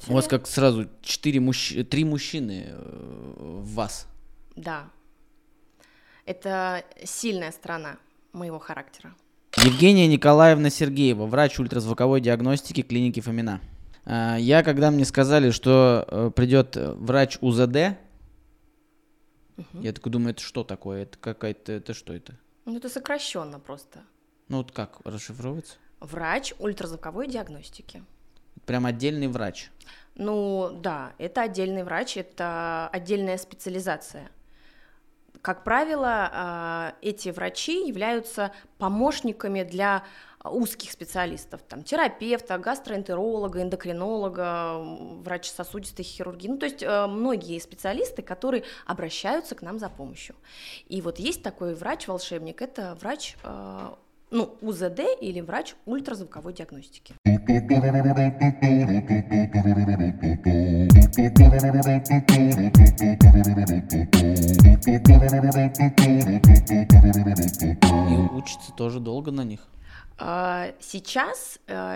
У вас как сразу 3 мужчины в вас. Да. Это сильная сторона моего характера. Евгения Николаевна Сергеева, врач ультразвуковой диагностики клиники Фомина. Когда мне сказали, что придет врач УЗД, я такой думаю, это что такое? Это какая-то, это что это? Ну, это сокращенно просто. Ну, вот как расшифровывается? Врач ультразвуковой диагностики. Прям отдельный врач? Ну, да, это отдельный врач, это отдельная специализация. Как правило, эти врачи являются помощниками для узких специалистов, там, терапевта, гастроэнтеролога, эндокринолога, врача сосудистой хирургии, ну, то есть многие специалисты, которые обращаются к нам за помощью. И вот есть такой врач-волшебник, это врач, УЗД или врач ультразвуковой диагностики. И учится тоже долго на них? Сейчас,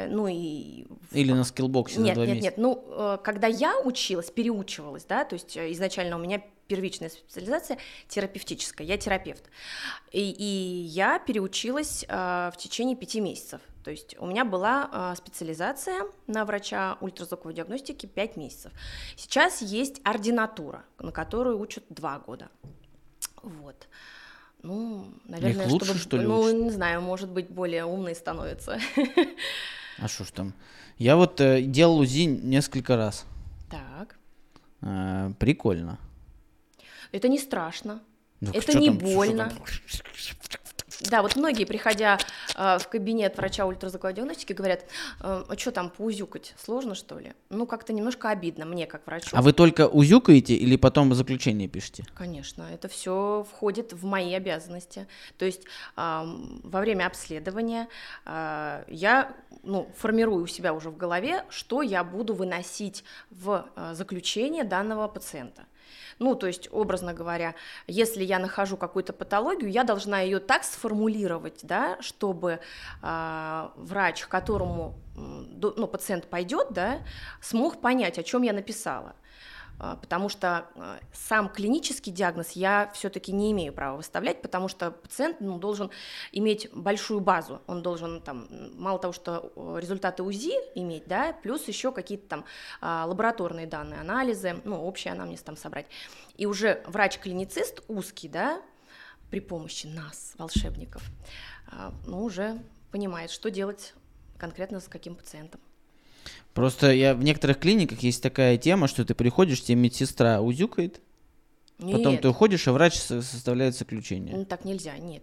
Или на скиллбоксе за 2 месяца? Нет, когда я училась, переучивалась, да, то есть изначально у меня первичная специализация терапевтическая, я терапевт, и я переучилась в течение 5 месяцев, то есть у меня была специализация на врача ультразвуковой диагностики 5 месяцев. Сейчас есть ординатура, на которую учат 2 года, вот. Ну, наверное, их лучше, чтобы, что ли, учат? Не знаю, может быть, более умные становятся. А что ж там? Я вот делал УЗИ несколько раз. Так. Прикольно. Это не страшно, Так это не больно. Да, вот многие, приходя в кабинет врача ультразвуковой диагностики, говорят, а что там, поузюкать, сложно, что ли? Ну, как-то немножко обидно мне, как врачу. А вы только узюкаете или потом заключение пишете? Конечно, это все входит в мои обязанности. То есть во время обследования я формирую у себя уже в голове, что я буду выносить в заключение данного пациента. Ну, то есть, образно говоря, если я нахожу какую-то патологию, я должна ее так сформулировать, да, чтобы врач, к которому пациент пойдет, да, смог понять, о чем я написала. Потому что сам клинический диагноз я все-таки не имею права выставлять, потому что пациент должен иметь большую базу, он должен там, мало того, что результаты УЗИ иметь, да, плюс еще какие-то там лабораторные данные, анализы, общий анамнез там собрать. И уже врач-клиницист узкий, да, при помощи нас, волшебников, уже понимает, что делать конкретно с каким пациентом. Просто в некоторых клиниках есть такая тема, что ты приходишь, тебе медсестра узюкает, потом ты уходишь, и врач составляет заключение. Так нельзя, нет.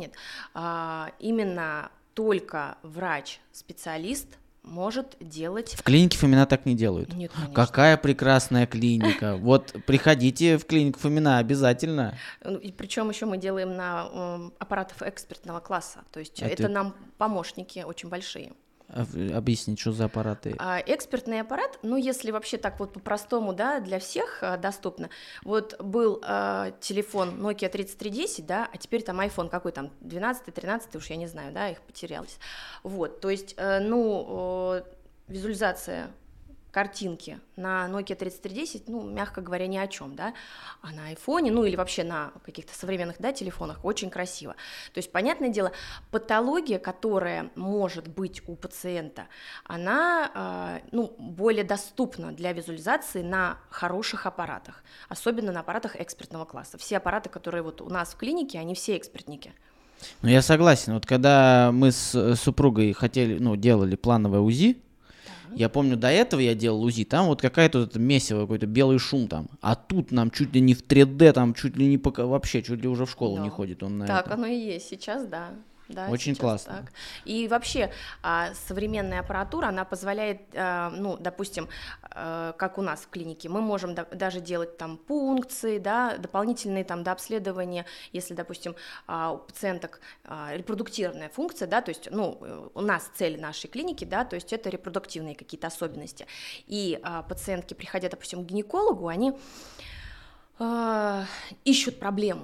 Именно только врач-специалист может делать... В клинике Фомина так не делают? Нет, конечно. Какая прекрасная клиника. Вот приходите в клинику Фомина обязательно. И причем еще мы делаем на аппаратах экспертного класса, то есть это нам помощники очень большие. Объяснить, что за аппараты? Экспертный аппарат, если вообще так вот по-простому, да, для всех доступно. Вот был телефон Nokia 3310, да, а теперь там iPhone какой там, 12-й, 13-й, уж я не знаю, да, их потерялось. Вот, то есть, визуализация картинки на Nokia 3310, мягко говоря, ни о чем, да, а на айфоне, или вообще на каких-то современных, да, телефонах очень красиво. То есть, понятное дело, патология, которая может быть у пациента, она, более доступна для визуализации на хороших аппаратах, особенно на аппаратах экспертного класса. Все аппараты, которые вот у нас в клинике, они все экспертники. Я согласен. Вот когда мы с супругой делали плановое УЗИ, я помню, до этого я делал УЗИ, там вот какая-то месиво, какой-то белый шум там, а тут нам чуть ли не в 3D, там чуть ли не вообще, чуть ли уже в школу не ходит он на это. Так оно и есть сейчас, да. Да, очень классно. Так. И вообще современная аппаратура, она позволяет, допустим, как у нас в клинике, мы можем даже делать там пункции, да, дополнительные там до обследования, если, допустим, у пациенток репродуктивная функция, да, то есть, у нас цель нашей клиники, да, то есть это репродуктивные какие-то особенности. И пациентки, приходя, допустим, к гинекологу, они ищут проблему.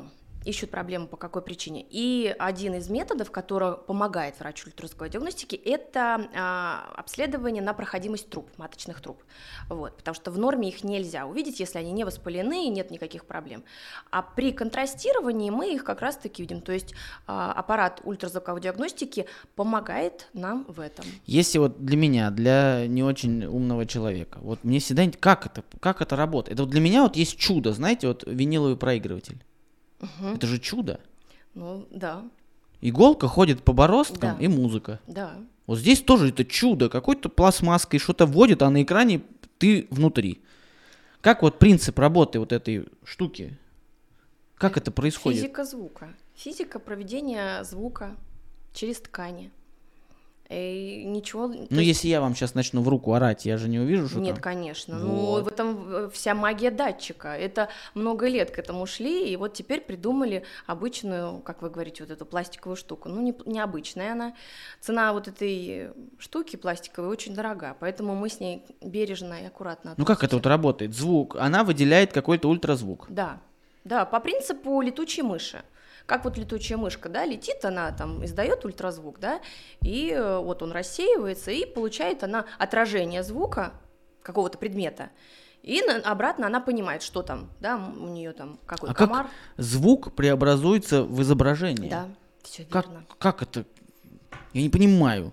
ищут проблему по какой причине. И один из методов, который помогает врачу ультразвуковой диагностики, это обследование на проходимость труб, маточных труб. Вот, потому что в норме их нельзя увидеть, если они не воспалены и нет никаких проблем. А при контрастировании мы их как раз-таки видим. То есть аппарат ультразвуковой диагностики помогает нам в этом. Если вот для меня, для не очень умного человека, вот мне всегда как это работает? Это вот для меня вот есть чудо, знаете, вот виниловый проигрыватель. Это же чудо. Ну, да. Иголка ходит по бороздкам, Да. и музыка. Да. Вот здесь тоже это чудо. Какой-то пластмасской что-то вводит, а на экране ты внутри. Как вот принцип работы вот этой штуки? Как это происходит? Физика звука. Физика проведения звука через ткани. И ничего... Ну, если я вам сейчас начну в руку орать, я же не увижу, что Нет, там. конечно. Вот. Ну, в этом вся магия датчика. Это много лет к этому шли, и вот теперь придумали обычную, как вы говорите, вот эту пластиковую штуку. Ну, необычная она. Цена вот этой штуки пластиковой очень дорога, поэтому мы с ней бережно и аккуратно относимся. Ну, как это вот работает? Звук. Она выделяет какой-то ультразвук. Да, да, по принципу летучей мыши. Как вот летучая мышка, да, летит, она там издает ультразвук, да, и вот он рассеивается, и получает она отражение звука какого-то предмета, и обратно она понимает, что там, да, у нее там какой комар. Как звук преобразуется в изображение? Да, все верно. Как это? Я не понимаю.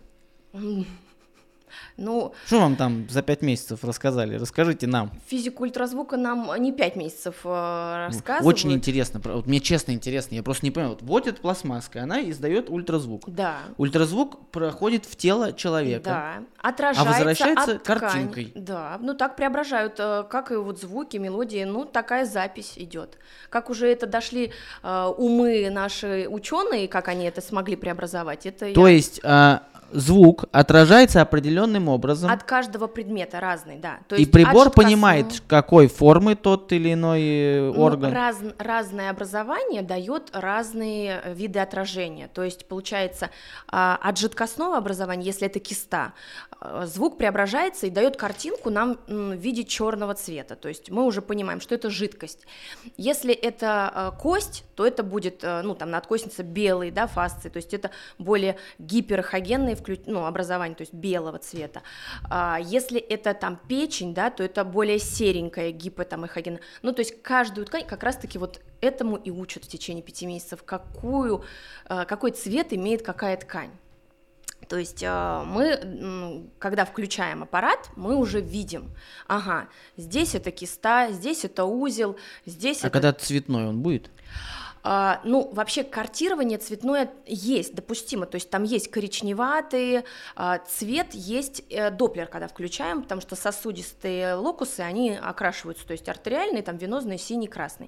Ну, Что вам там за 5 месяцев рассказали? Расскажите нам. физику ультразвука нам не 5 месяцев рассказывают. Очень интересно. Вот мне честно интересно. Я просто не понимаю. Вот вводит пластмасской, она издает ультразвук. Да. Ультразвук проходит в тело человека. Да, отражается возвращается от ткани. картинкой. Да, ну так преображают, как и вот звуки, мелодии, ну такая запись идет. Как уже это дошли умы наши ученые, как они это смогли преобразовать, это То есть звук отражается определенным образом. от каждого предмета разный, да. То И есть прибор от понимает, какой формы тот или иной орган. разное образование дает разные виды отражения. То есть получается от жидкостного образования, если это киста, звук преображается и дает картинку нам в виде черного цвета. То есть мы уже понимаем, что это жидкость. Если это кость, то это будет, ну там надкостница белый, да, фасции, то есть это более гиперэхогенные образование, то есть белого цвета. Если это там печень, да, то это более серенькая гипотамэхогенная. Ну, то есть каждую ткань как раз-таки вот этому и учат в течение 5 месяцев, какой цвет имеет какая ткань. То есть мы, когда включаем аппарат, мы уже видим, ага, здесь это киста, здесь это узел, здесь это... А когда цветной он будет? Ну, вообще картирование цветное есть, допустимо, то есть там есть коричневатый цвет, есть доплер, когда включаем, потому что сосудистые локусы, они окрашиваются, то есть артериальный, там венозный, синий, красный.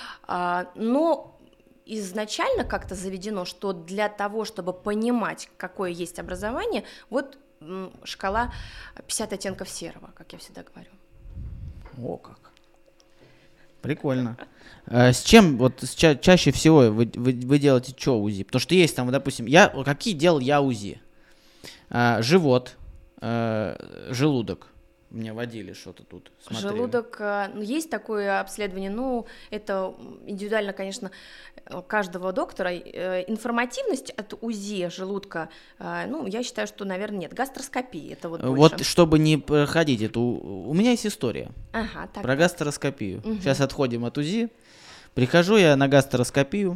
Но изначально как-то заведено, что для того, чтобы понимать, какое есть образование, вот шкала 50 оттенков серого, как я всегда говорю. О, как. Прикольно. С чем вот чаще всего вы делаете что УЗИ? Потому что есть там, допустим, какие делал я УЗИ? Живот, желудок. Мне водили что-то тут. Смотрели. Желудок, есть такое обследование, ну, это индивидуально, конечно, каждого доктора. Информативность от УЗИ желудка, ну, я считаю, что, наверное, нет. Гастроскопия, это вот больше. Вот, чтобы не проходить эту... У меня есть история про гастроскопию. Угу. Сейчас отходим от УЗИ. Прихожу я на гастроскопию.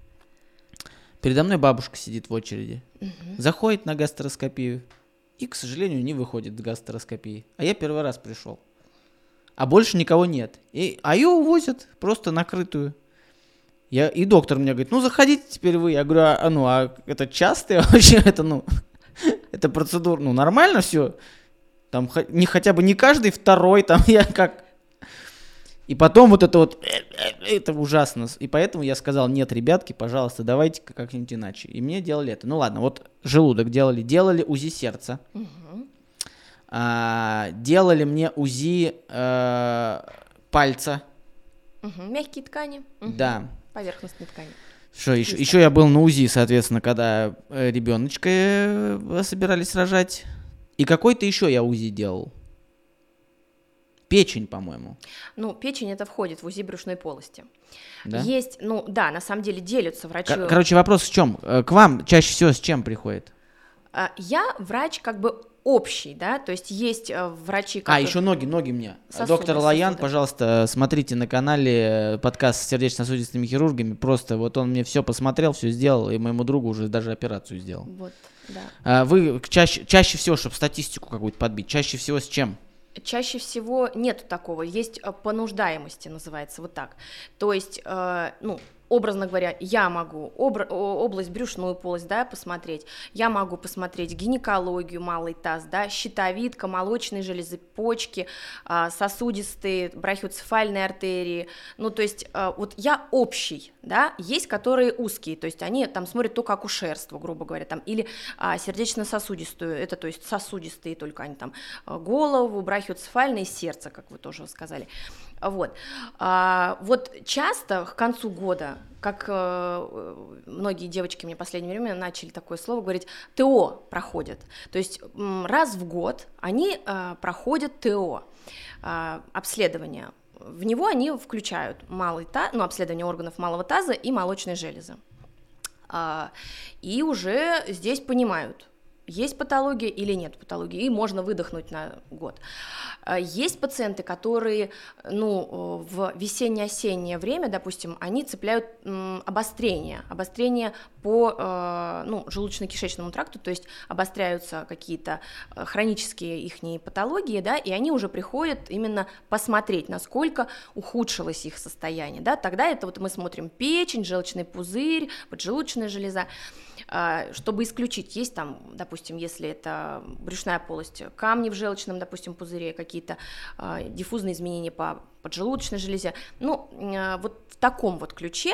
Передо мной бабушка сидит в очереди. Угу. Заходит на гастроскопию. И, к сожалению, не выходит с гастроскопии. А я первый раз пришел. А больше никого нет. А ее увозят просто накрытую. И доктор мне говорит, ну заходите теперь вы. Я говорю, а это часто вообще? Это процедура, нормально все? Там хотя бы не каждый второй, там я как... И потом это ужасно. И поэтому я сказал, нет, ребятки, пожалуйста, давайте как-нибудь иначе. И мне делали это. Ну ладно, вот желудок делали УЗИ сердца. Угу. Делали мне УЗИ пальца. Угу. Мягкие ткани. Угу. Да. Поверхностные ткани. Что еще я был на УЗИ, соответственно, когда ребеночка собирались рожать. И какой-то еще я УЗИ делал. Печень, по-моему. Ну, печень это входит в УЗИ брюшной полости. Да? Есть, ну да, на самом деле делятся врачи. Короче, вопрос в чем? К вам чаще всего с чем приходит? Я врач как бы общий, да, то есть есть врачи, которые... Еще ноги мне. Сосуды, Доктор Лоян, сосуды. пожалуйста, смотрите на канале подкаст с сердечно-сосудистыми хирургами. Просто вот он мне все посмотрел, все сделал, и моему другу уже даже операцию сделал. Вот, да. Вы чаще всего, чтобы статистику какую-то подбить, чаще всего с чем? Чаще всего нету такого, есть по нуждаемости, называется вот так. То есть, ну, образно говоря, я могу область брюшную полость, да, посмотреть, я могу посмотреть гинекологию, малый таз, да, щитовидка, молочные железы, почки, сосудистые, брахиоцефальные артерии, ну, то есть, вот я общий, да, есть которые узкие, то есть они там смотрят только акушерство, грубо говоря, там, или сердечно-сосудистую, это, то есть, сосудистые только они там, голову, брахиоцефальное, сердце, как вы тоже сказали. Вот. Вот часто к концу года, как многие девочки мне в последнее время начали такое слово говорить, ТО проходят. То есть раз в год они проходят ТО, обследование. В него они включают малый таз, ну, обследование органов малого таза и молочной железы. И уже здесь понимают, есть патология или нет патологии, и можно выдохнуть на год. Есть пациенты, которые, ну, в весенне-осеннее время, допустим, они цепляют обострение по, ну, желудочно-кишечному тракту, то есть обостряются какие-то хронические ихние патологии, да, и они уже приходят именно посмотреть, насколько ухудшилось их состояние, да, тогда это вот мы смотрим печень, желчный пузырь, поджелудочная железа, чтобы исключить, есть там, допустим, если это брюшная полость, камни в желчном, допустим, пузыре, какие-то диффузные изменения по поджелудочной железе, ну, вот в таком вот ключе.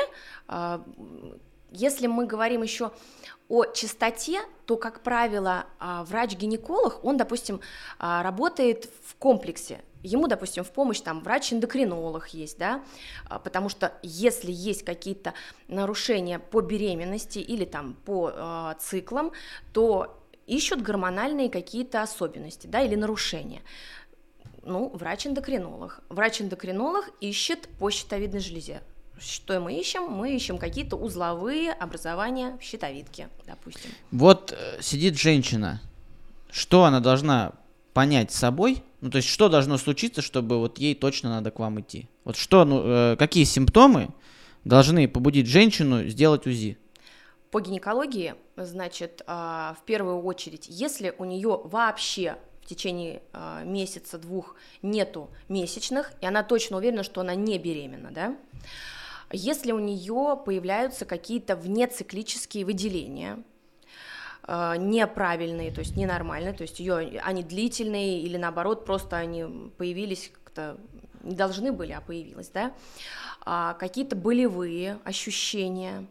Если мы говорим еще о чистоте, то, как правило, врач-гинеколог, он, допустим, работает в комплексе. Ему, допустим, в помощь там врач-эндокринолог есть, да, потому что если есть какие-то нарушения по беременности или там по циклам, то ищут гормональные какие-то особенности, да, или нарушения. Ну, врач-эндокринолог. Врач-эндокринолог ищет по щитовидной железе. Что мы ищем? Мы ищем какие-то узловые образования в щитовидке, допустим. Вот сидит женщина, что она должна понять с собой? Ну, то есть, что должно случиться, чтобы вот ей точно надо к вам идти? Вот что, какие симптомы должны побудить женщину сделать УЗИ? По гинекологии, значит, в первую очередь, если у нее вообще в течение месяца-двух нету месячных, и она точно уверена, что она не беременна, да, если у нее появляются какие-то внециклические выделения, неправильные, то есть ненормальные, то есть они длительные или наоборот просто они появились как-то, не должны были, а появились, да, какие-то болевые ощущения,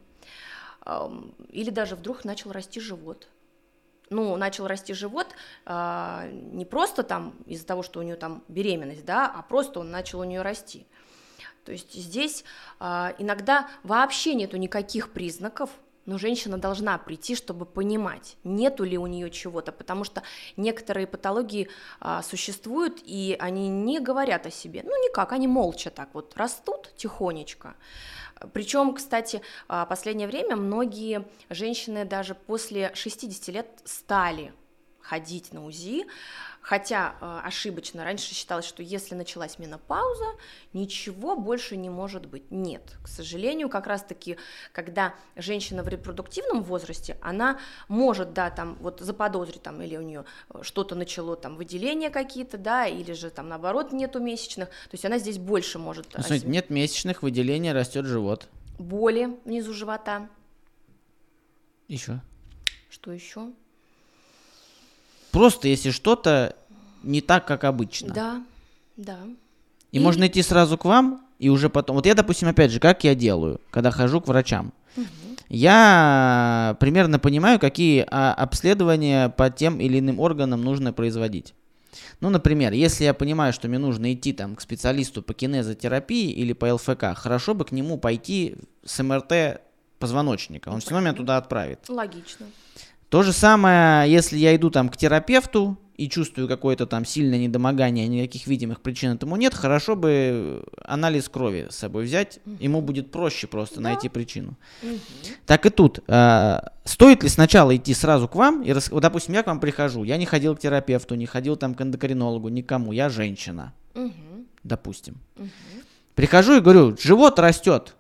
или даже вдруг начал расти живот. Ну, начал расти живот не просто там из-за того, что у нее там беременность, да, а просто он начал у нее расти. То есть здесь иногда вообще нету никаких признаков, но женщина должна прийти, чтобы понимать, нету ли у нее чего-то, потому что некоторые патологии существуют, и они не говорят о себе, ну никак, они молча так вот растут тихонечко. Причем, кстати, в последнее время многие женщины даже после 60 лет стали ходить на УЗИ, хотя ошибочно раньше считалось, что если началась менопауза, ничего больше не может быть. Нет, к сожалению, как раз-таки, когда женщина в репродуктивном возрасте, она может, да, там, вот заподозрить, там, или у нее что-то начало, там, выделения какие-то, да, или же, там, наоборот, нету месячных, то есть она здесь больше может... Ну, смотрите, нет месячных, выделения, растет живот. Боли внизу живота. Еще. Что еще? Просто если что-то не так, как обычно. Да, да. И можно идти сразу к вам, и уже потом... Вот я, допустим, опять же, как я делаю, когда хожу к врачам. Я примерно понимаю, какие обследования по тем или иным органам нужно производить. Ну, например, если я понимаю, что мне нужно идти там, к специалисту по кинезотерапии или по ЛФК, хорошо бы к нему пойти с МРТ позвоночника. Он все равно меня туда отправит. Логично. То же самое, если я иду там к терапевту, и чувствую какое-то там сильное недомогание, никаких видимых причин этому нет, хорошо бы анализ крови с собой взять, ему будет проще просто найти причину. Так и тут. Стоит ли сначала идти сразу к вам, вот, допустим, я к вам прихожу, я не ходил к терапевту, не ходил там к эндокринологу, никому, я женщина, допустим. Прихожу и говорю, живот растет,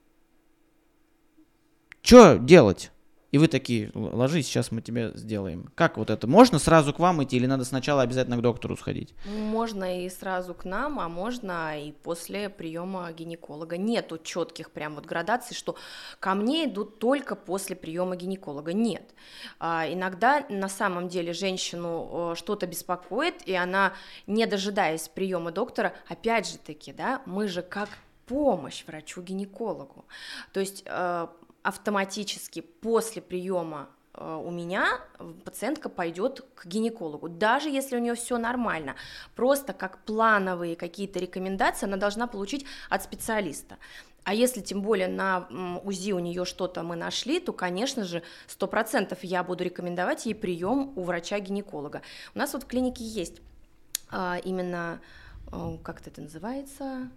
что делать? И вы такие, ложись, сейчас мы тебе сделаем. Как вот это? Можно сразу к вам идти или надо сначала обязательно к доктору сходить? Можно и сразу к нам, а можно и после приема гинеколога. Нету четких прям вот градаций, что ко мне идут только после приема гинеколога. Нет. Иногда на самом деле женщину что-то беспокоит, и она, не дожидаясь приема доктора, опять же таки, да, мы же как помощь врачу-гинекологу. То есть автоматически после приема у меня пациентка пойдет к гинекологу, даже если у нее все нормально, просто как плановые какие-то рекомендации она должна получить от специалиста. А если тем более на УЗИ у нее что-то мы нашли, то, конечно же, 100% я буду рекомендовать ей прием у врача-гинеколога. У нас вот в клинике есть именно, как это называется,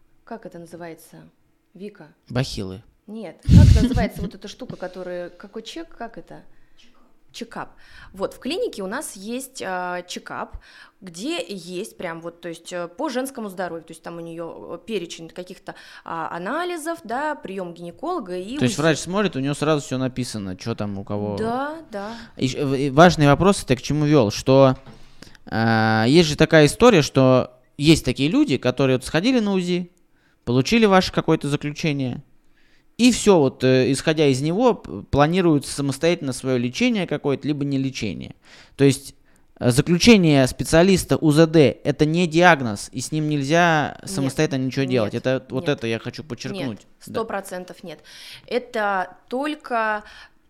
Вика? Бахилы. Нет, как называется вот эта штука, которая, какой чек, как это? Чекап. Вот, в клинике у нас есть чекап, где есть прям вот, то есть по женскому здоровью, то есть там у нее перечень каких-то анализов, да, прием гинеколога и... То есть врач смотрит, у него сразу все написано, что там у кого... Да, да. И важный вопрос, ты к чему вел, что есть же такая история, что есть такие люди, которые вот сходили на УЗИ, получили ваше какое-то заключение, и все, вот исходя из него, планируют самостоятельно свое лечение какое-то, либо не лечение. То есть заключение специалиста УЗД – это не диагноз, и с ним нельзя самостоятельно ничего делать. Это вот это я хочу подчеркнуть. Нет, 100% нет. Это только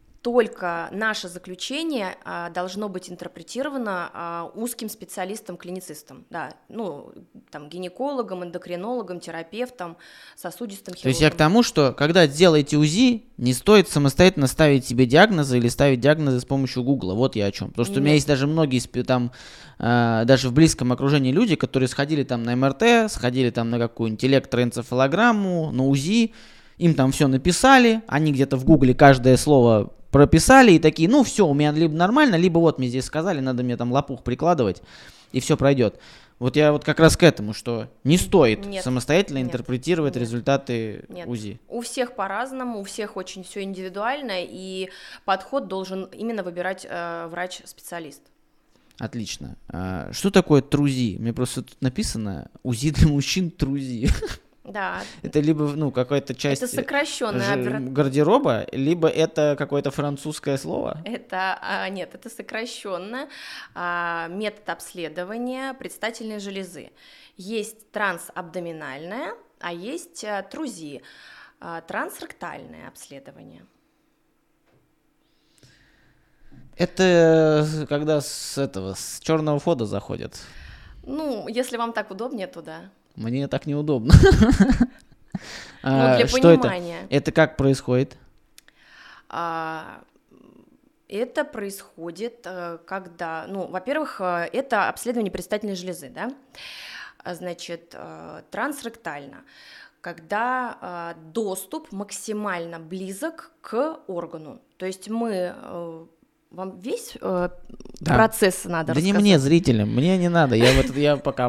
наше заключение должно быть интерпретировано узким специалистом-клиницистом, да, ну, там, гинекологом, эндокринологом, терапевтом, сосудистым хирургом. То есть я к тому, что когда делаете УЗИ, не стоит самостоятельно ставить себе диагнозы или ставить диагнозы с помощью Гугла, вот я о чем. Потому что у меня есть даже многие там, даже в близком окружении люди, которые сходили там на МРТ, сходили там на какую-нибудь электроэнцефалограмму, на УЗИ, им там все написали, они где-то в Гугле каждое слово прописали и такие, ну все, у меня либо нормально, либо вот мне здесь сказали, надо мне там лопух прикладывать, и все пройдет. Вот я вот как раз к этому, что не стоит самостоятельно интерпретировать результаты УЗИ. У всех по-разному, у всех очень все индивидуально, и подход должен именно выбирать врач-специалист. Отлично. Что такое ТРУЗИ? Мне просто тут написано УЗИ для мужчин ТРУЗИ. Да. Это либо, ну, какая-то часть это сокращенное гардероба, либо это какое-то французское слово? Нет, это сокращенное метод обследования предстательной железы. Есть трансабдоминальное, а есть ТРУЗИ, трансректальное обследование. Это когда с черного входа заходят? Ну, если вам так удобнее, то да. Мне так неудобно. Для понимания. Это как происходит? Это происходит, когда, ну, во-первых, это обследование предстательной железы, да, значит, трансректально, когда доступ максимально близок к органу, то есть мы... Вам весь процесс надо рассказать? Да не мне, зрителям, мне не надо, я пока...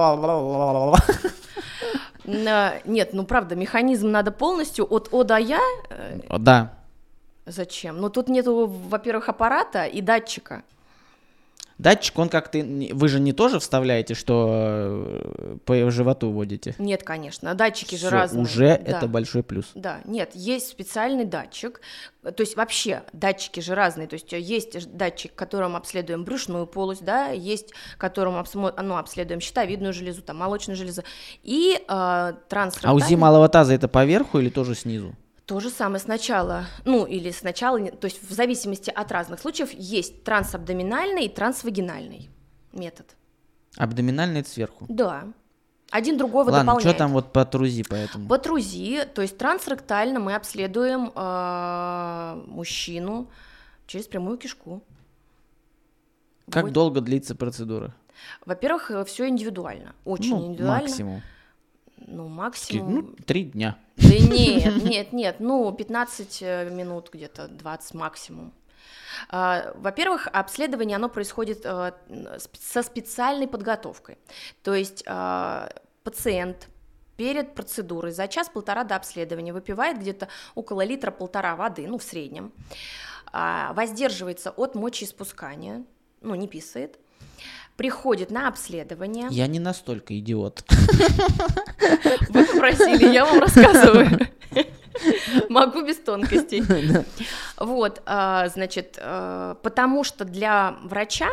Нет, ну правда, механизм надо полностью от О до Я. Да. Зачем? Ну тут нету, во-первых, аппарата и датчика. Датчик, он как-то... Вы же не тоже вставляете, что по животу водите? Нет, конечно, датчики же Всё, разные. Уже да. Это большой плюс. Да, нет, есть специальный датчик, то есть вообще датчики же разные, то есть есть датчик, которым обследуем брюшную полость, да, есть которым обследуем щитовидную железу, там, молочную железу, и трансректальный... А УЗИ малого таза это поверху или тоже снизу? То же самое сначала, ну или сначала, то есть в зависимости от разных случаев есть трансабдоминальный и трансвагинальный метод. Абдоминальный это сверху? Да. Один другого дополняет. Ладно, что там вот по ТРУЗИ поэтому? По ТРУЗИ, то есть трансректально мы обследуем мужчину через прямую кишку. Как долго длится процедура? Во-первых, все индивидуально, очень индивидуально. Максимум. Максимум. 3 дня. Да нет, 15 минут где-то, 20 максимум. Во-первых, обследование, оно происходит со специальной подготовкой. То есть пациент перед процедурой за час-полтора до обследования выпивает где-то около литра-полтора воды, в среднем, воздерживается от мочеиспускания, не писает, приходит на обследование. Я не настолько идиот. Вы попросили, я вам рассказываю. Могу без тонкостей. Вот, значит, потому что для врача,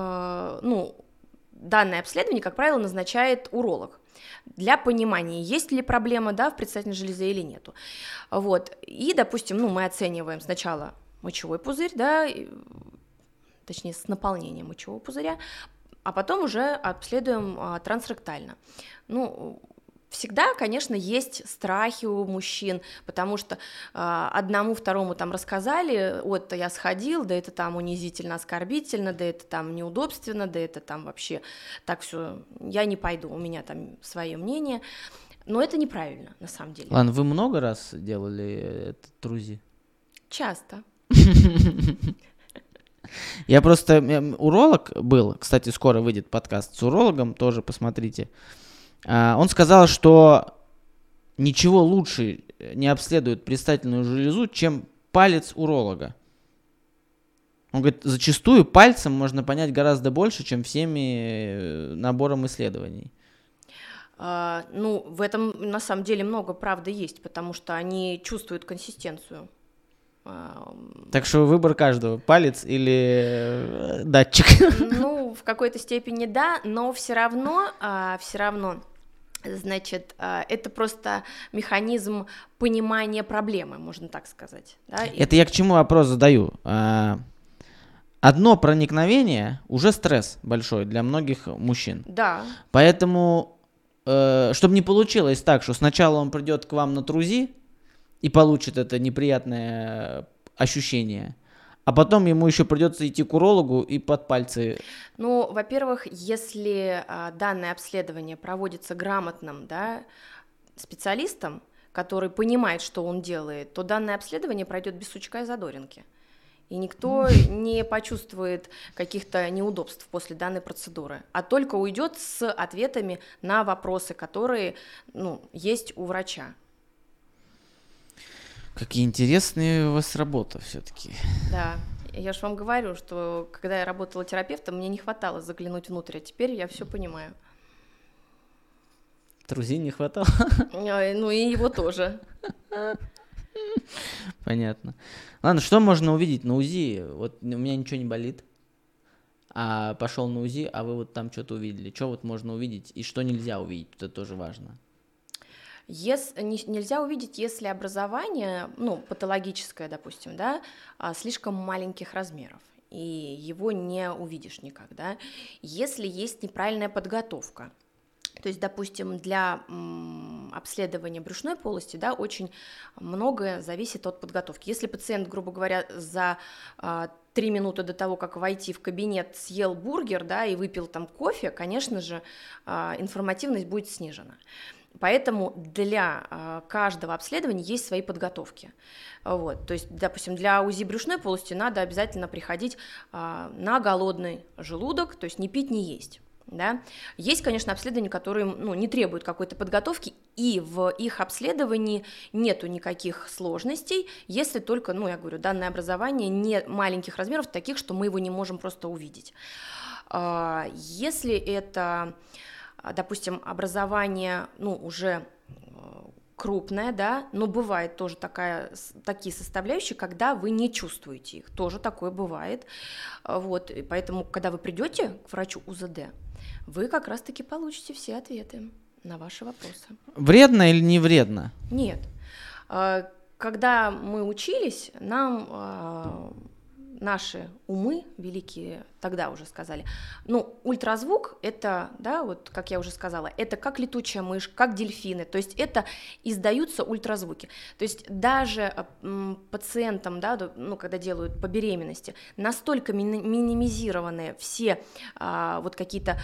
данное обследование, как правило, назначает уролог для понимания, есть ли проблема, в предстательной железе или нету. Вот, и, допустим, мы оцениваем сначала мочевой пузырь, точнее, с наполнением мочевого пузыря, а потом уже обследуем трансректально. Всегда, конечно, есть страхи у мужчин, потому что одному, второму там рассказали, вот я сходил, да это там унизительно, оскорбительно, да это там неудобственно, да это там вообще так все, я не пойду, у меня там свое мнение, но это неправильно на самом деле. Ладно, вы много раз делали этот УЗИ? Часто. Я просто, уролог был, кстати, скоро выйдет подкаст с урологом, тоже посмотрите. Он сказал, что ничего лучше не обследует предстательную железу, чем палец уролога. Он говорит, зачастую пальцем можно понять гораздо больше, чем всеми набором исследований. В этом на самом деле много правды есть, потому что они чувствуют консистенцию. Так что выбор каждого, палец или датчик. В какой-то степени да, но все равно, значит, это просто механизм понимания проблемы, можно так сказать. Да? Это я к чему вопрос задаю. Одно проникновение уже стресс большой для многих мужчин. Да. Поэтому, чтобы не получилось так, что сначала он придет к вам на ТРУЗИ и получит это неприятное ощущение, а потом ему еще придется идти к урологу и под пальцы. Во-первых, если данное обследование проводится грамотным специалистом, который понимает, что он делает, то данное обследование пройдет без сучка и задоринки. И никто не почувствует каких-то неудобств после данной процедуры, а только уйдет с ответами на вопросы, которые есть у врача. Какие интересные у вас работа все-таки. Да, я же вам говорю, что когда я работала терапевтом, мне не хватало заглянуть внутрь, а теперь я все понимаю. ТРУЗИ не хватало? И его тоже. Понятно. Ладно, что можно увидеть на УЗИ? Вот у меня ничего не болит, а пошел на УЗИ, а вы вот там что-то увидели. Что вот можно увидеть и что нельзя увидеть? Это тоже важно. Нельзя увидеть, если образование, патологическое, допустим, слишком маленьких размеров, и его не увидишь никогда. Если есть неправильная подготовка, то есть, допустим, для обследования брюшной полости, очень многое зависит от подготовки. Если пациент, грубо говоря, за 3 минуты до того, как войти в кабинет, съел бургер, и выпил там кофе, конечно же, информативность будет снижена. Поэтому для каждого обследования есть свои подготовки. То есть, допустим, для УЗИ брюшной полости надо обязательно приходить на голодный желудок, то есть не пить, не есть. Да? Есть, конечно, обследования, которые не требуют какой-то подготовки, и в их обследовании нету никаких сложностей, если только, я говорю, данное образование не маленьких размеров, таких, что мы его не можем просто увидеть. Если это, допустим, образование, уже крупное, но бывает тоже такие составляющие, когда вы не чувствуете их, тоже такое бывает. И поэтому, когда вы придете к врачу УЗД, вы как раз-таки получите все ответы на ваши вопросы. Вредно или не вредно? Нет. Когда мы учились, нам наши умы великие тогда уже сказали, ну, ультразвук это, да, вот как я уже сказала, это как летучая мышь, как дельфины, то есть это издаются ультразвуки. То есть даже пациентам, да, ну, когда делают по беременности, настолько минимизированы все вот какие-то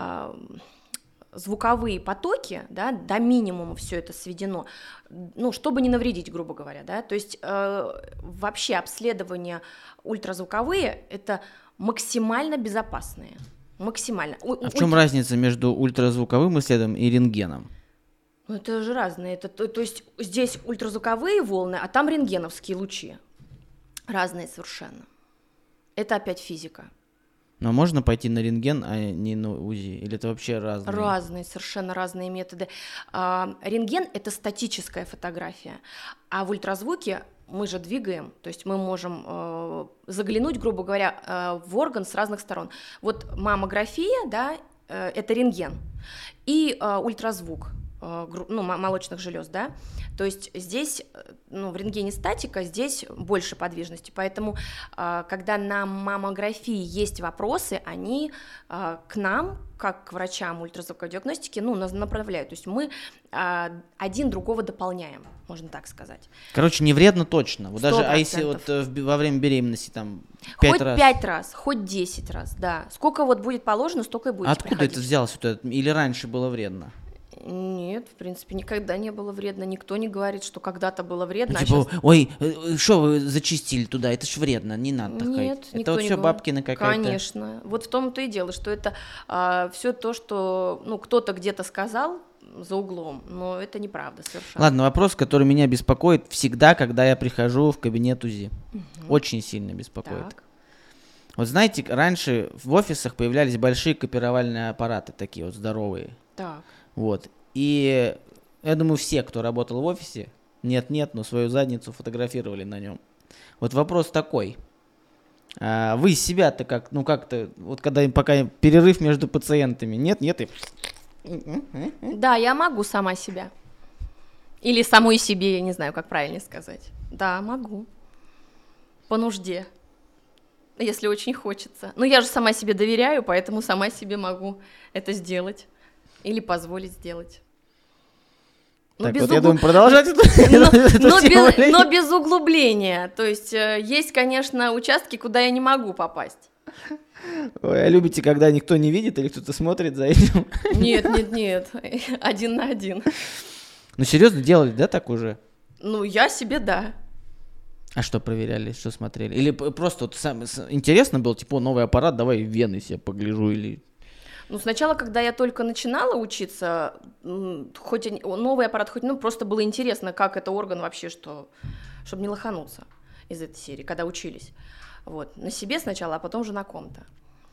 звуковые потоки, да, до минимума все это сведено, ну, чтобы не навредить, грубо говоря, да, то есть вообще обследования ультразвуковые это максимально безопасные, максимально. А в чем разница между ультразвуковым исследованием и рентгеном? Ну, это же разные, то есть здесь ультразвуковые волны, а там рентгеновские лучи, разные совершенно, это опять физика. Но можно пойти на рентген, а не на УЗИ? Или это вообще разные? Разные, совершенно разные методы. Рентген – это статическая фотография, а в ультразвуке мы же двигаем, то есть мы можем заглянуть, грубо говоря, в орган с разных сторон. Вот маммография, да, это рентген, и ультразвук, ну, молочных желез, да, то есть здесь, ну, в рентгене статика, здесь больше подвижности, поэтому, когда на маммографии есть вопросы, они к нам, как к врачам ультразвуковой диагностики, ну, нас направляют, то есть мы один другого дополняем, можно так сказать. Короче, не вредно точно, вот 100%. даже, а если вот во время беременности там 5 раз? Хоть 5 раз, хоть 10 раз, да, сколько вот будет положено, столько и будет. Откуда приходить. Это взялось, вот это? Или раньше было вредно? Нет, в принципе, никогда не было вредно. Никто не говорит, что когда-то было вредно. Ну, типа, ой, что вы зачистили туда? Это ж вредно, не надо так ходить. Нет, это вот все бабкина какая-то. Конечно. Вот в том-то и дело, что это все то, что ну, кто-то где-то сказал за углом, но это неправда совершенно. Ладно, вопрос, который меня беспокоит всегда, когда я прихожу в кабинет УЗИ. Очень сильно беспокоит. Так. Вот знаете, раньше в офисах появлялись большие копировальные аппараты, такие вот здоровые. Так. Вот. И я думаю, все, кто работал в офисе, нет-нет, но свою задницу фотографировали на нем. Вот вопрос такой. Вы себя-то как, ну как-то, вот когда пока перерыв между пациентами, нет, и... Да, я могу сама себя. Или самой себе, я не знаю, как правильно сказать. Да, могу. По нужде. Если очень хочется. Но я же сама себе доверяю, поэтому сама себе могу это сделать. Или позволить сделать. Но так, вот я думаю, продолжать эту тему. Но без углубления. То есть есть, конечно, участки, куда я не могу попасть. Ой, а любите, когда никто не видит или кто-то смотрит за этим? Нет. 1 на 1. Ну, серьезно, делали, да, так уже? Ну, я себе, да. А что проверяли, что смотрели? Или просто вот интересно было, типа, новый аппарат, давай вены себе погляжу или... Ну, сначала, когда я только начинала учиться, хоть новый аппарат, хоть, ну, просто было интересно, как это орган вообще, чтобы не лохануться из этой серии, когда учились. Вот, на себе сначала, а потом уже на ком-то.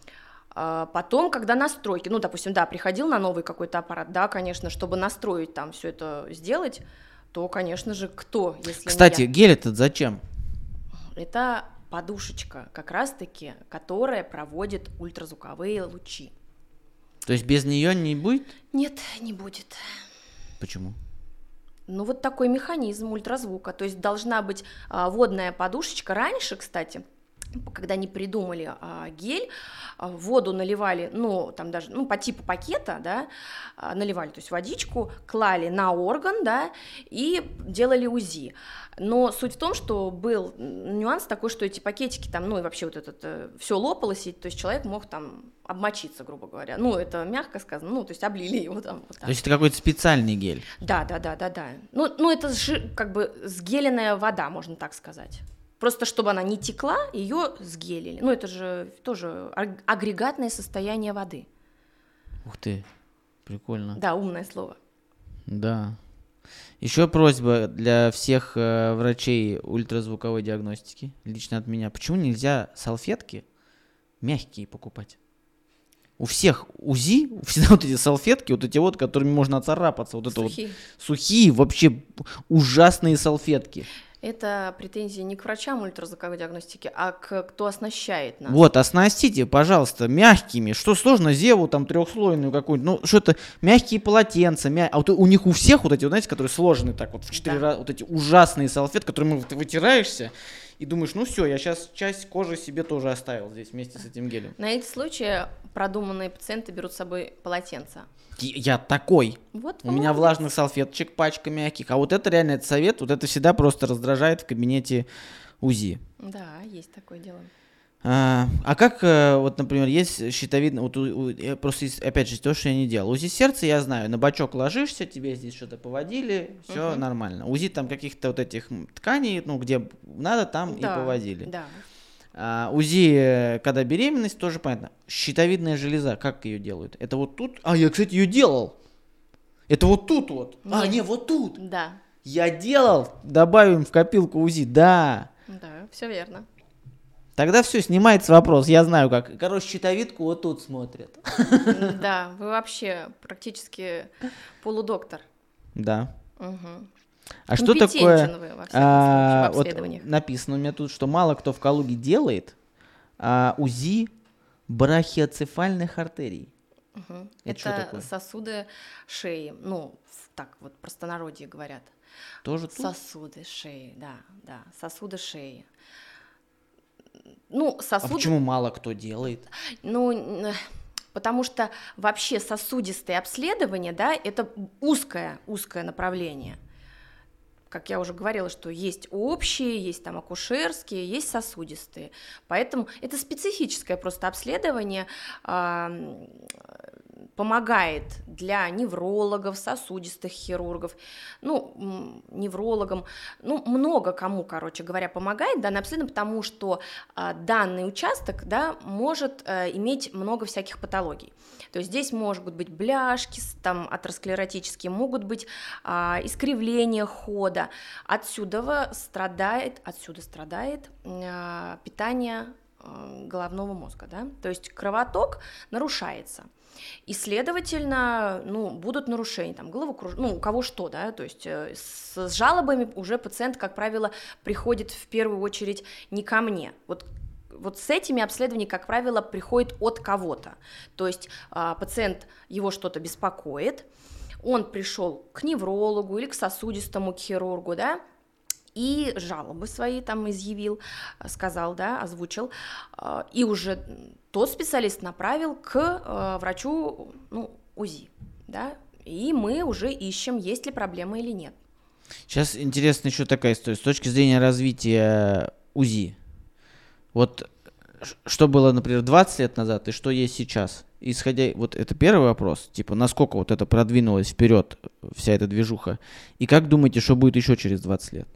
Потом, когда настройки, ну, допустим, да, приходил на новый какой-то аппарат, да, конечно, чтобы настроить там все это сделать, то, конечно же, кто, если Кстати, не я? гель этот зачем? Это подушечка, как раз-таки, которая проводит ультразвуковые лучи. То есть без нее не будет? Нет, не будет. Почему? Ну, вот такой механизм ультразвука. То есть должна быть водная подушечка. Раньше, кстати, когда не придумали гель, воду наливали, ну, там даже, ну, по типу пакета, да, наливали, то есть водичку, клали на орган, да, и делали УЗИ. Но суть в том, что был нюанс такой, что эти пакетики там, ну, и вообще вот это все лопалось, и, то есть человек мог там обмочиться, грубо говоря. Ну, это мягко сказано, ну, то есть облили его там. Вот так. То есть это какой-то специальный гель? Да. Ну это как бы сгеленная вода, можно так сказать. Просто чтобы она не текла, ее сгелили. Ну, это же тоже агрегатное состояние воды. Ух ты, прикольно. Да, умное слово. Да. Еще просьба для всех врачей ультразвуковой диагностики, лично от меня. Почему нельзя салфетки мягкие покупать? У всех УЗИ, всегда вот эти салфетки, вот эти вот, которыми можно оцарапаться. Вот это сухие. Вот сухие, вообще ужасные салфетки. Это претензии не к врачам ультразвуковой диагностики, а к кто оснащает нас. Вот, оснастите, пожалуйста, мягкими. Что сложно, зеву там трехслойную какую-нибудь. Ну, что это, мягкие полотенца. А вот у них у всех вот эти, вот, знаете, которые сложены так вот в 4 раза, вот эти ужасные салфетки, которыми ты вытираешься, и думаешь, ну все, я сейчас часть кожи себе тоже оставил здесь вместе с этим гелем. На эти случаи продуманные пациенты берут с собой полотенца. Я такой. Вот, У меня влажных салфеточек, пачка мягких. А вот это реально это совет, вот это всегда просто раздражает в кабинете УЗИ. Да, есть такое дело. А как, вот, например, есть щитовидный, вот просто, опять же, то, что я не делал. УЗИ сердца, я знаю, на бочок ложишься, тебе здесь что-то поводили, все нормально. УЗИ там каких-то вот этих тканей, ну, где надо, там и поводили. Да. УЗИ, когда беременность, тоже понятно. Щитовидная железа, как ее делают? Это вот тут? Я, кстати, ее делал. Это вот тут вот. Нет. Вот тут. Да. Я делал, добавим в копилку УЗИ, да. Да, все верно. Тогда все, снимается вопрос, я знаю как. Короче, щитовидку вот тут смотрят. Да, вы вообще практически полудоктор. Да. Угу. А что такое? Вы, во всяком случае, в обследованиях. Вот написано у меня тут, что мало кто в Калуге делает УЗИ брахиоцефальных артерий. Угу. Это сосуды шеи, ну, так вот простонародье говорят. Тоже тут? Сосуды шеи, да, сосуды шеи. Ну, сосуды... А почему мало кто делает? Ну, потому что вообще сосудистые обследования, да, это узкое направление. Как я уже говорила, что есть общие, есть там акушерские, есть сосудистые. Поэтому это специфическое просто обследование, помогает для неврологов, сосудистых хирургов, ну, неврологам, ну, много кому, короче говоря, помогает данное обследование, потому что данный участок, да, может иметь много всяких патологий. То есть здесь могут быть бляшки, там, атеросклеротические, могут быть искривления хода. Отсюда страдает питание головного мозга, да, то есть кровоток нарушается. И, следовательно, ну, будут нарушения, там, головокружение, ну, у кого что, да, то есть с жалобами уже пациент, как правило, приходит в первую очередь не ко мне, вот с этими обследованиями, как правило, приходит от кого-то, то есть пациент, его что-то беспокоит, он пришел к неврологу или к сосудистому, к хирургу, да, и жалобы свои там изъявил, сказал, да, озвучил, и уже тот специалист направил к врачу, ну, УЗИ, да, и мы уже ищем, есть ли проблема или нет. Сейчас интересно еще такая история, с точки зрения развития УЗИ, вот что было, например, 20 лет назад и что есть сейчас, исходя, вот это первый вопрос, типа, насколько вот это продвинулось вперед, вся эта движуха, и как думаете, что будет еще через 20 лет?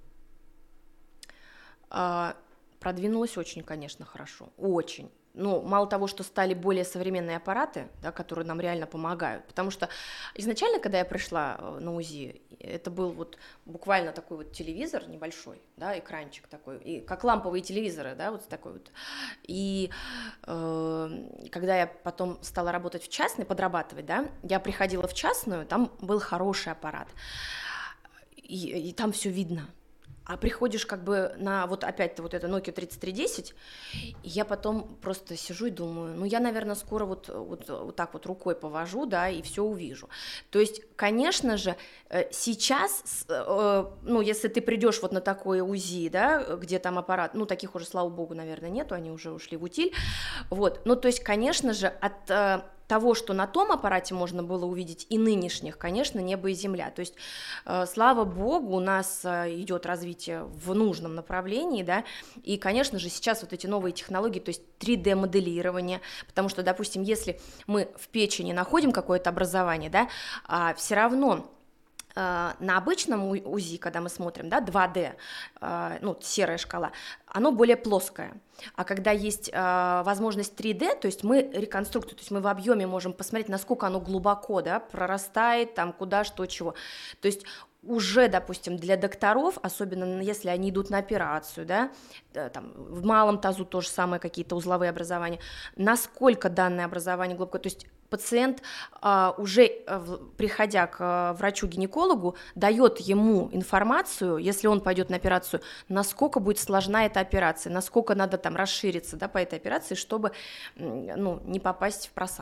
Продвинулось очень, конечно, хорошо, очень. Ну, мало того, что стали более современные аппараты, да, которые нам реально помогают, потому что изначально, когда я пришла на УЗИ, это был вот буквально такой вот телевизор небольшой, да, экранчик такой, и как ламповые телевизоры, да, вот такой вот. И когда я потом стала работать в частной, подрабатывать, да, я приходила в частную, там был хороший аппарат, и там все видно. А приходишь как бы на вот опять-то вот это Nokia 3310, и я потом просто сижу и думаю, ну я, наверное, скоро вот так вот рукой повожу, да, и все увижу. То есть, конечно же, сейчас, ну если ты придешь вот на такое УЗИ, да, где там аппарат, ну таких уже, слава богу, наверное, нету, они уже ушли в утиль, вот, ну то есть, конечно же, от того, что на том аппарате можно было увидеть, и нынешних, конечно, небо и земля. То есть, слава богу, у нас идет развитие в нужном направлении, да, и, конечно же, сейчас вот эти новые технологии, то есть 3D-моделирование, потому что, допустим, если мы в печени находим какое-то образование, да, все равно на обычном УЗИ, когда мы смотрим, да, 2D, ну, серая шкала, оно более плоское. А когда есть возможность 3D, то есть мы реконструкцию, то есть мы в объеме можем посмотреть, насколько оно глубоко, да, прорастает, там, куда, что, чего. То есть уже, допустим, для докторов, особенно если они идут на операцию, да, там, в малом тазу то же самое, какие-то узловые образования, насколько данное образование глубоко, то есть пациент уже, приходя к врачу-гинекологу, дает ему информацию, если он пойдет на операцию, насколько будет сложна эта операция, насколько надо там расшириться, да, по этой операции, чтобы, ну, не попасть в просак.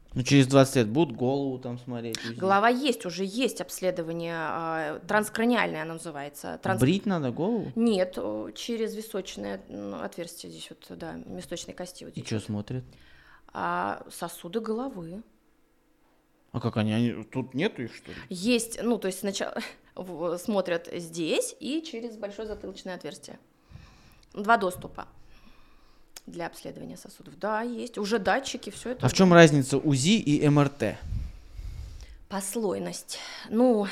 Ну, через 20 лет будут голову там смотреть? УЗИ? Голова есть, уже есть обследование, транскраниальное оно называется. Брить надо голову? Нет, через височное отверстие здесь вот, да, височной кости. Вот и что смотрят? Сосуды головы. А как они? Тут нету их, что ли? Есть, ну, то есть сначала смотрят здесь и через большое затылочное отверстие. 2 доступа для обследования сосудов. Да, есть. Уже датчики, все это. А в чем разница УЗИ и МРТ? Послойность. Ну,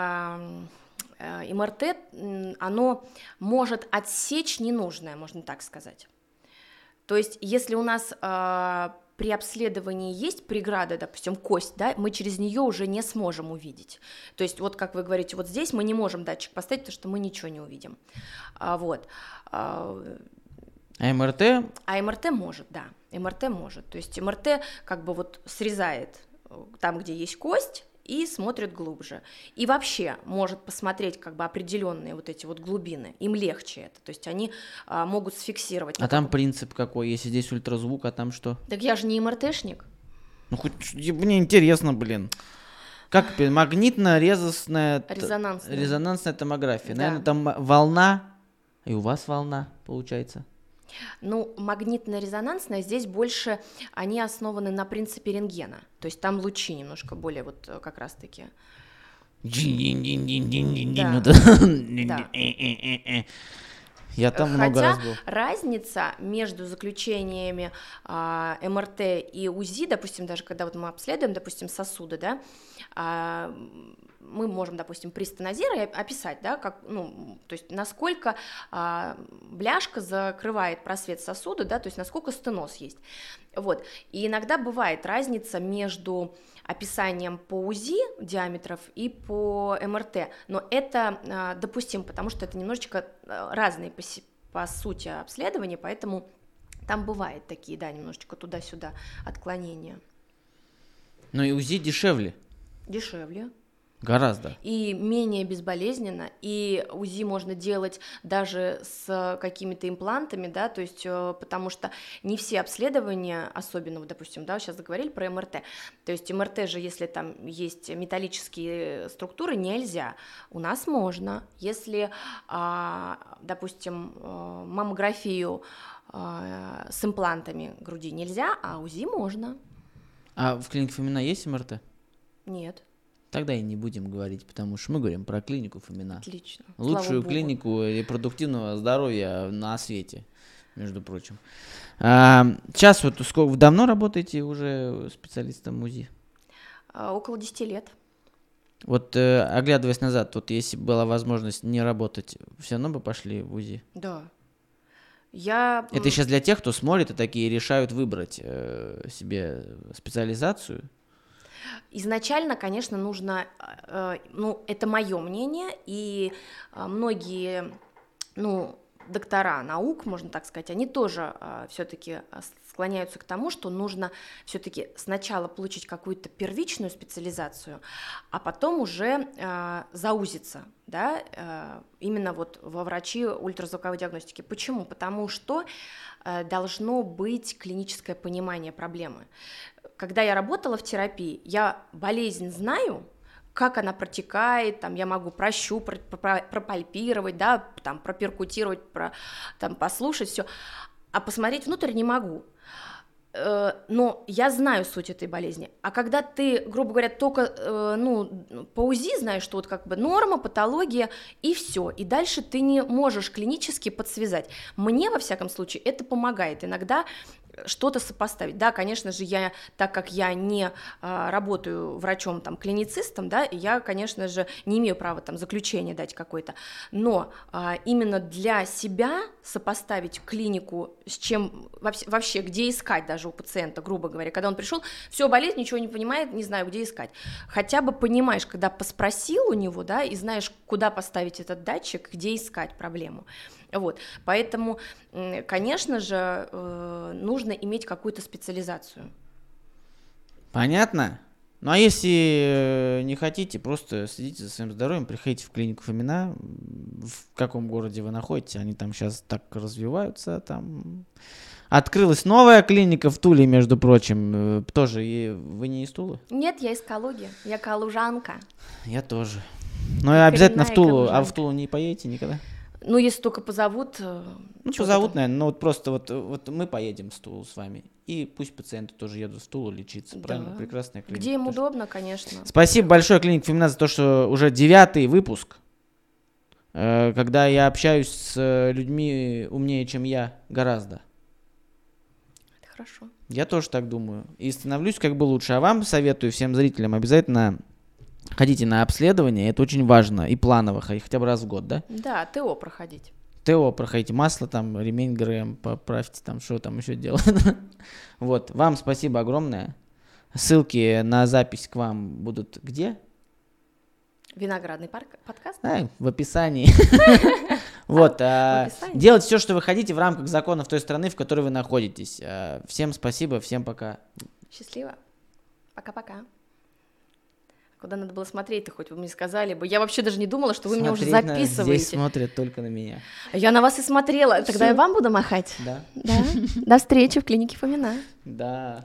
МРТ, оно может отсечь ненужное, можно так сказать. То есть, если у нас при обследовании есть преграда, допустим, кость, да, мы через нее уже не сможем увидеть. То есть, вот как вы говорите, вот здесь мы не можем датчик поставить, потому что мы ничего не увидим. Вот. А МРТ? А МРТ может, да. МРТ может. То есть МРТ как бы вот срезает там, где есть кость, и смотрит глубже. И вообще может посмотреть как бы определенные вот эти вот глубины. Им легче это. То есть они могут сфиксировать. А там принцип какой? Если здесь ультразвук, а там что? Так я же не МРТшник. Ну хоть мне интересно, блин. Как магнитно-резонансная томография. Да. Наверное, там волна. И у вас волна, получается. Ну, магнитно-резонансная здесь больше, они основаны на принципе рентгена, то есть там лучи немножко более вот как раз-таки. Да. Я там много раз был. Разница между заключениями МРТ и УЗИ, допустим, даже когда вот мы обследуем, допустим, сосуды, да, мы можем, допустим, при стенозере описать, да, как, ну, то есть насколько бляшка закрывает просвет сосуда, да, то есть насколько стеноз есть. Вот. И иногда бывает разница между описанием по УЗИ диаметров и по МРТ, но это допустимо, потому что это немножечко разные по сути обследования, поэтому там бывают такие, да, немножечко туда-сюда отклонения. Но и УЗИ дешевле. Дешевле. Гораздо. И менее безболезненно, и УЗИ можно делать даже с какими-то имплантами, да, то есть, потому что не все обследования, особенно, вот, допустим, да, сейчас заговорили про МРТ, то есть МРТ же, если там есть металлические структуры, нельзя, у нас можно, если, допустим, маммографию с имплантами груди нельзя, а УЗИ можно. А в клинике Фомина есть МРТ? Нет. Тогда и не будем говорить, потому что мы говорим про клинику Фомина. Отлично. Лучшую клинику репродуктивного здоровья на свете, между прочим. Сейчас вот сколько, давно работаете уже специалистом УЗИ? Около 10 лет. Вот оглядываясь назад, вот если была возможность не работать, все равно бы пошли в УЗИ? Да. Это сейчас для тех, кто смотрит и такие решают выбрать себе специализацию? Изначально, конечно, нужно, ну, это мое мнение, и многие, ну, доктора наук, можно так сказать, они тоже все-таки склоняются к тому, что нужно все-таки сначала получить какую-то первичную специализацию, а потом уже заузиться, да, именно вот во врачи ультразвуковой диагностики. Почему? Потому что должно быть клиническое понимание проблемы. Когда я работала в терапии, я болезнь знаю, как она протекает, там, я могу прощупать, пропальпировать, да, там, проперкутировать, там, послушать все, а посмотреть внутрь не могу. Но я знаю суть этой болезни. А когда ты, грубо говоря, только ну, по УЗИ знаешь, что вот как бы норма, патология и все, и дальше ты не можешь клинически подсвязать. Мне, во всяком случае, это помогает иногда что-то сопоставить. Да, конечно же, я, так как я не работаю врачом, там, клиницистом, да, я, конечно же, не имею права там заключение дать какое-то, но именно для себя сопоставить клинику с чем, вообще, где искать даже у пациента, грубо говоря, когда он пришел, все болеет, ничего не понимает, не знаю, где искать. Хотя бы понимаешь, когда поспросил у него, да, и знаешь, куда поставить этот датчик, где искать проблему. Вот, поэтому, конечно же, нужно иметь какую-то специализацию. Понятно? Ну, а если не хотите, просто следите за своим здоровьем, приходите в клинику Фомина. В каком городе вы находитесь, они там сейчас так развиваются. Там открылась новая клиника в Туле, между прочим. Тоже, и вы не из Тулы? Нет, я из Калуги, я калужанка. Я тоже. Но я обязательно в Тулу, калужанка. а в Тулу не поедете никогда? Ну, если только позовут. Ну, позовут, наверное, но вот просто вот мы поедем в Тулу с вами, и пусть пациенты тоже едут в Тулу лечиться, правильно? Да. Прекрасная клиника. Где им удобно, конечно. Спасибо большое, клиника Фомина, за то, что уже 9-й выпуск, когда я общаюсь с людьми умнее, чем я, гораздо. Это хорошо. Я тоже так думаю. И становлюсь как бы лучше. А вам советую, всем зрителям, обязательно ходите на обследование, это очень важно, и планово, хотя бы раз в год, да? Да, ТО проходить. ТО проходите, масло там, ремень ГРМ поправьте, там, что там еще делать. Вот, вам спасибо огромное. Ссылки на запись к вам будут где? Виноградный подкаст? В описании. Вот, делайте все, что вы хотите в рамках законов той страны, в которой вы находитесь. Всем спасибо, всем пока. Счастливо. Пока-пока. Куда надо было смотреть-то, хоть вы мне сказали бы. Я вообще даже не думала, что вы меня уже записываете. Здесь смотрят только на меня. Я на вас и смотрела. Тогда я вам буду махать? Да. Да. До встречи в клинике Фомина. Да.